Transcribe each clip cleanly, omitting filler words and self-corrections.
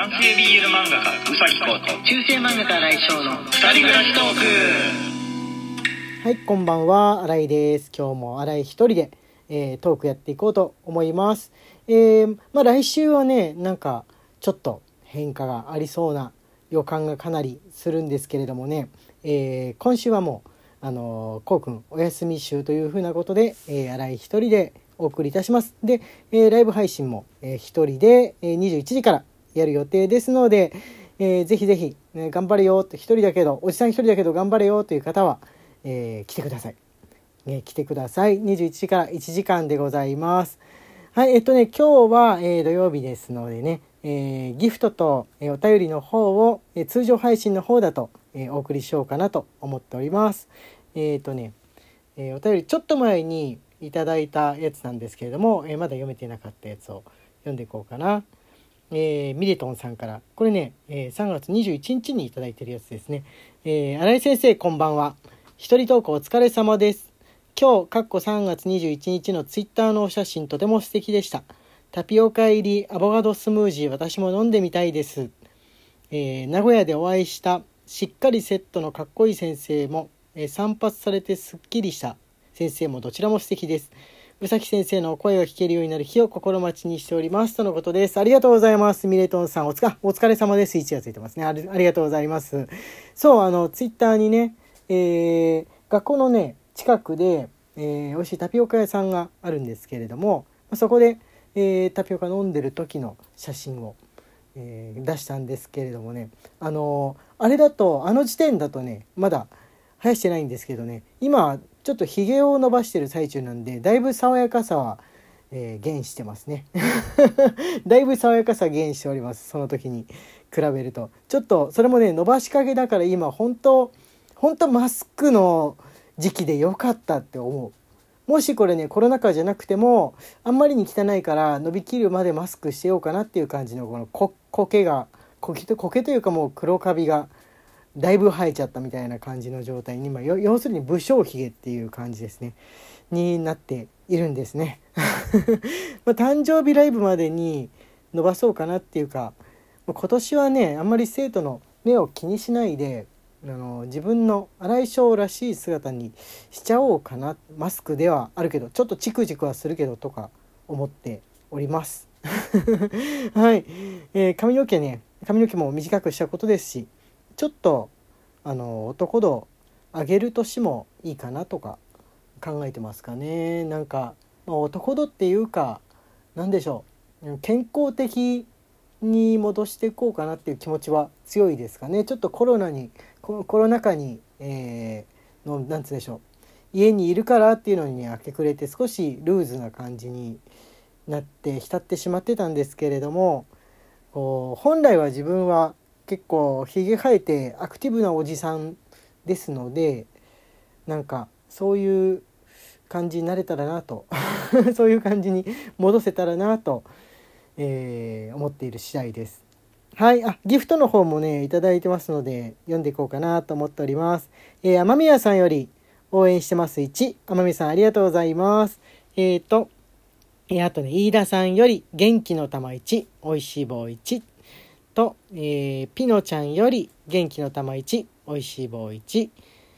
男性 BL 漫画家うさぎこと中世漫画家来翔の二人暮らしトーク。 はい、こんばんは、新井です。今日も新井一人で、トークやっていこうと思います。来週はね、なんかちょっと変化がありそうな予感がかなりするんですけれどもね、今週はもうこうくんお休み週というふうなことで、新井一人でお送りいたします。で、ライブ配信も、一人で、21時からやる予定ですので、ぜひぜひ、頑張れよって一人だけどおじさん一人だけど頑張れよという方は、来てください。来てください。21時から1時間でございます。はい、今日は、土曜日ですのでね、ギフトと、お便りの方を、通常配信の方だと、お送りしようかなと思っております。お便りちょっと前にいただいたやつなんですけれども、まだ読めてなかったやつを読んでいこうかな。ミレトンさんからこれね、3月21日にいただいてるやつですね。新井先生こんばんは。一人投稿お疲れ様です。今日3月21日のツイッターのお写真とても素敵でした。タピオカ入りアボカドスムージー私も飲んでみたいです。名古屋でお会いしたしっかりセットのかっこいい先生も、散髪されてすっきりした先生もどちらも素敵です。宇崎先生の声が聞けるようになる日を心待ちにしておりますとのことです。ありがとうございます。ミレトンさんお疲れ様です。1がついてますね。ありがとうございます。そうツイッターにね、学校のね近くで、美味しいタピオカ屋さんがあるんですけれども、そこで、タピオカ飲んでる時の写真を、出したんですけれどもね、あれだと時点だとねまだ生やしてないんですけどね、今ちょっとひげを伸ばしてる最中なんでだいぶ爽やかさは、減してますねだいぶ爽やかさ減しております。その時に比べるとちょっとそれもね伸ばしかけだから今本当マスクの時期でよかったって思う。もしこれねコロナ禍じゃなくてもあんまりに汚いから伸びきるまでマスクしてようかなっていう感じのこの苔というかもう黒カビがだいぶ生えちゃったみたいな感じの状態に今要するに武将髭っていう感じですねになっているんですね誕生日ライブまでに伸ばそうかなっていうか、今年はねあんまり生徒の目を気にしないで自分の新井翔らしい姿にしちゃおうかな。マスクではあるけどちょっとチクチクはするけどとか思っておりますはい、髪の毛も短くしたことですし、ちょっと男度上げる年もいいかなとか考えてますかね。なんか、男度っていうかなんでしょう、健康的に戻していこうかなっていう気持ちは強いですかね。ちょっとコロナ禍に、なんつうでしょう、家にいるからっていうのに明け暮れて少しルーズな感じになって浸ってしまってたんですけれども、本来は自分は結構ひげ生えてアクティブなおじさんですので、なんかそういう感じになれたらなとそういう感じに戻せたらなと、思っている次第です。はい、ギフトの方もねいただいてますので読んでいこうかなと思っております。雨宮さんより応援してます1、雨宮さんありがとうございます。あとね飯田さんより元気の玉1、おいしい棒1と、ピノちゃんより元気の玉1、おいしい棒1、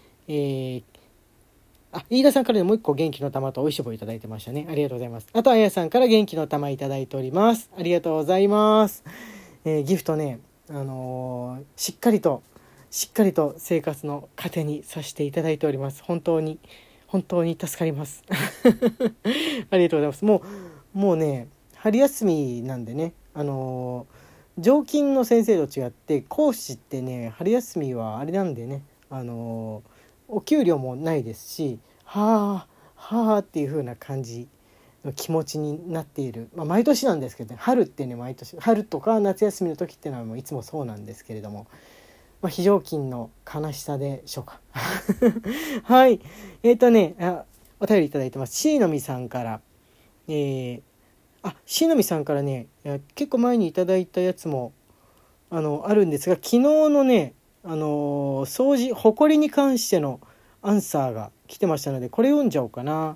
飯田さんからもう一個元気の玉とおいしい棒いただいてましたね。ありがとうございます。あとあやさんから元気の玉いただいております。ありがとうございます。ギフトね、しっかりと生活の糧にさせていただいております。本当に助かりますありがとうございます。もうね春休みなんでね、常勤の先生と違って講師ってね春休みはあれなんでね、お給料もないですし、はあっていう風な感じの気持ちになっている、毎年なんですけどね、春ってね毎年春とか夏休みの時っていうのはもういつもそうなんですけれども、非常勤の悲しさでしょうかはい、お便りいただいてます。しーのみさんから、しーのみさんからね結構前にいただいたやつもあるんですが、昨日のね掃除ほこりに関してのアンサーが来てましたのでこれ読んじゃおうかな。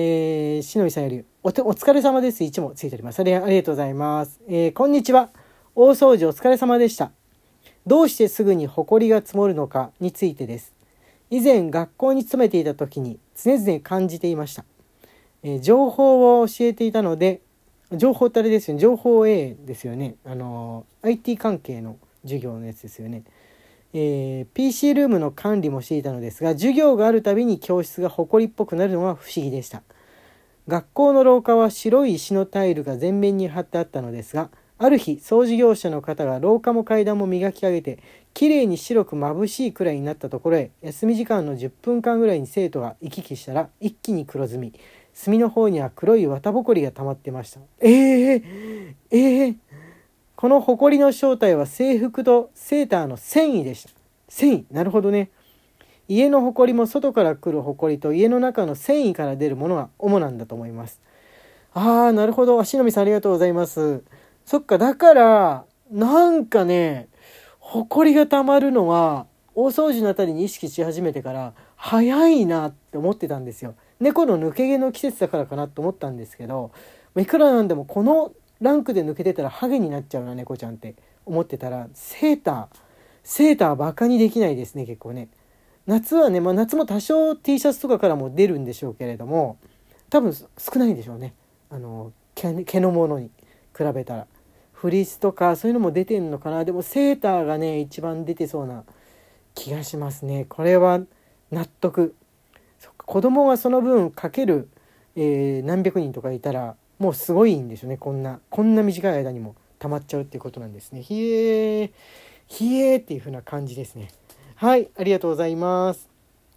しのみさんよりお疲れ様です1もついております。ありがとうございます。こんにちは。 大掃除お疲れ様でした。どうしてすぐに埃が積もるのかについてです。以前学校に勤めていた時に常々感じていました。情報を教えていたので、情報ってあれですよね、情報 A ですよね。IT 関係の授業のやつですよね。PC ルームの管理もしていたのですが、授業があるたびに教室が埃っぽくなるのが不思議でした。学校の廊下は白い石のタイルが全面に貼ってあったのですが、ある日掃除業者の方が廊下も階段も磨き上げてきれいに白く眩しいくらいになったところへ、休み時間の10分間ぐらいに生徒が行き来したら一気に黒ずみ、隅の方には黒い綿ぼこりが溜まってました。このほこりの正体は制服とセーターの繊維でした。繊維、なるほどね。家のほこりも外から来るほこりと家の中の繊維から出るものが主なんだと思います。なるほど。しのみさんありがとうございます。そっか、だからなんかね、ほこりがたまるのは大掃除のあたりに意識し始めてから早いなって思ってたんですよ。猫の抜け毛の季節だからかなと思ったんですけど、いくらなんでもこのランクで抜けてたらハゲになっちゃうな猫ちゃんって思ってたら、セーターバカにできないですね。結構ね、夏はね、夏も多少 T シャツとかからも出るんでしょうけれども、多分少ないでしょうね。毛のものに比べたらフリースとかそういうのも出てんのかな。でもセーターがね一番出てそうな気がしますね。これは納得。子供がその分かける、何百人とかいたらもうすごいんでしょうね。こんな短い間にも溜まっちゃうっていうことなんですね。ひえっていう風な感じですね。はい、ありがとうございます。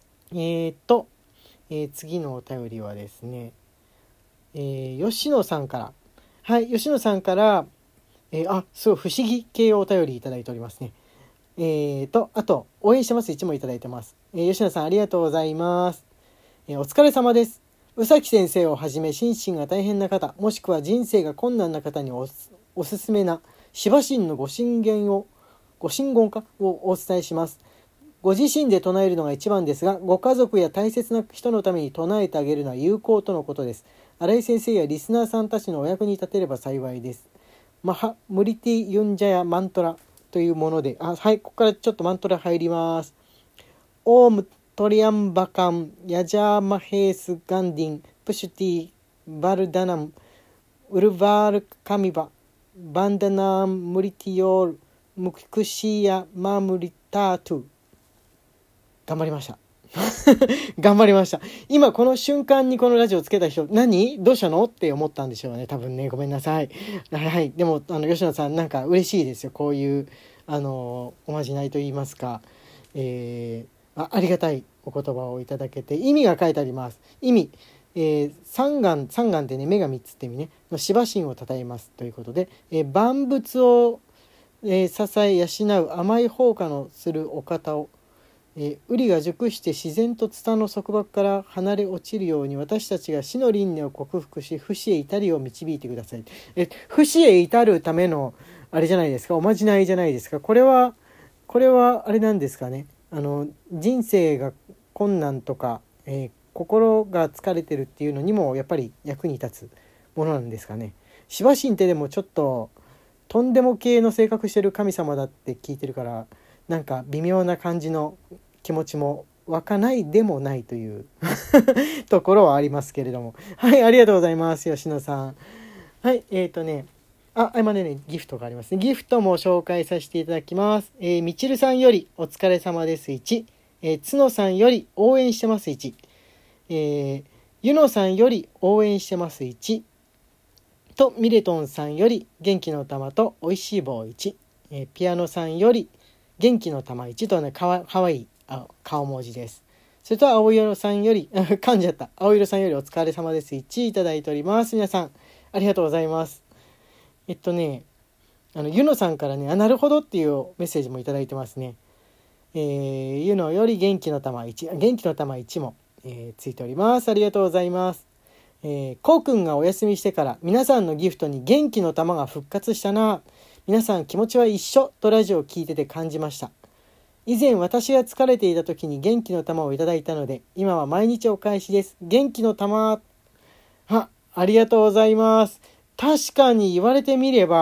次のお便りはですね、吉野さんから、はい、吉野さんから、すごい不思議系お便りいただいておりますね。あと応援してます1もいただいてます。吉野さんありがとうございます。お疲れ様です。宇崎先生をはじめ心身が大変な方、もしくは人生が困難な方におすすめなシバ神のご神言をお伝えします。ご自身で唱えるのが一番ですが、ご家族や大切な人のために唱えてあげるのは有効とのことです。新井先生やリスナーさんたちのお役に立てれば幸いです。マハムリティユンジャヤマントラというもので、はい、ここからちょっとマントラ入ります。オームトリアンバカンヤジャーマヘースガンディンプシュティバルダナムウルバールカミババンダナームリティヨールムクシヤマムリタートゥ。頑張りました頑張りました。今この瞬間にこのラジオつけた人、何どうしたのって思ったんでしょうね、多分ね。ごめんなさい。はい、でも吉野さんなんか嬉しいですよ。こういうおまじないと言いますか、ありがたいお言葉をいただけて、意味が書いてあります。意味、三眼ってね、目が3つって意味ね、のシバ神を称えますということで、万物を、支え養う甘い放下のするお方を、瓜が熟して自然とツタの束縛から離れ落ちるように、私たちが死の輪廻を克服し不死へ至りを導いてください。不死へ至るためのあれじゃないですか、おまじないじゃないですか。これはあれなんですかね。人生が困難とか、心が疲れてるっていうのにもやっぱり役に立つものなんですかね。シバ神ってでもちょっととんでも系の性格してる神様だって聞いてるから、なんか微妙な感じの気持ちも湧かないでもないというところはありますけれども。はい、ありがとうございます吉野さん。はい、今ねギフトがありますね。ギフトも紹介させていただきます。みちるさんよりお疲れ様です1、つのさんより応援してます1、ゆのさんより応援してます1と、ミレトンさんより元気の玉とおいしい棒1、ピアノさんより元気の玉1とね、かわいい顔文字です。それと青色さんより噛んじゃった。青色さんよりお疲れ様です1いただいております。皆さんありがとうございます。ゆのさんからね、なるほどっていうメッセージもいただいてますね。ゆのより元気の玉1、元気の玉1も、ついております。ありがとうございます。こうくんがお休みしてから皆さんのギフトに元気の玉が復活したな。皆さん気持ちは一緒とラジオを聞いてて感じました。以前私が疲れていた時に元気の玉をいただいたので、今は毎日お返しです。元気の玉。ありがとうございます。確かに言われてみれば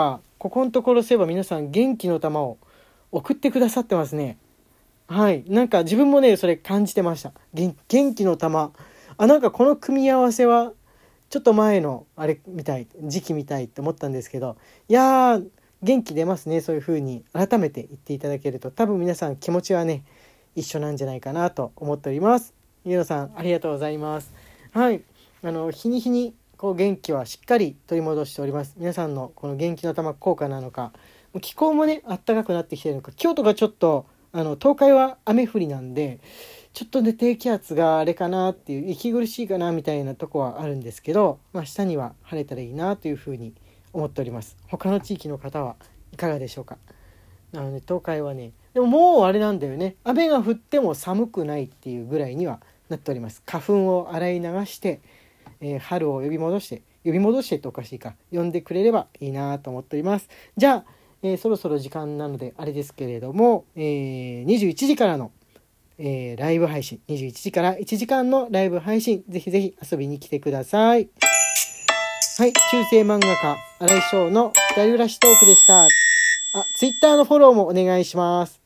ここのところそういえば皆さん元気の玉を送ってくださってますね。はい。なんか自分もね、それ感じてました。元気の玉。なんかこの組み合わせは、ちょっと前のあれみたい、時期みたいって思ったんですけど、いやー、元気出ますね。そういう風に改めて言っていただけると、多分皆さん気持ちはね、一緒なんじゃないかなと思っております。ゆうのさん、ありがとうございます。はい。日に日に、元気はしっかり取り戻しております。皆さんのこの元気の玉効果なのか、気候もね、暖かくなってきてるのか、京都がちょっと、東海は雨降りなんで、ちょっとね、低気圧があれかなっていう、息苦しいかなみたいなとこはあるんですけど、明日には晴れたらいいなというふうに思っております。他の地域の方はいかがでしょうか。東海はね、でももうあれなんだよね。雨が降っても寒くないっていうぐらいにはなっております。花粉を洗い流して、春を呼び戻してっておかしいか、呼んでくれればいいなと思っております。じゃあ、そろそろ時間なのであれですけれども、21時からの、ライブ配信、21時から1時間のライブ配信、ぜひぜひ遊びに来てください。はい、中世漫画家新井翔の二人暮らしトークでした。Twitter のフォローもお願いします。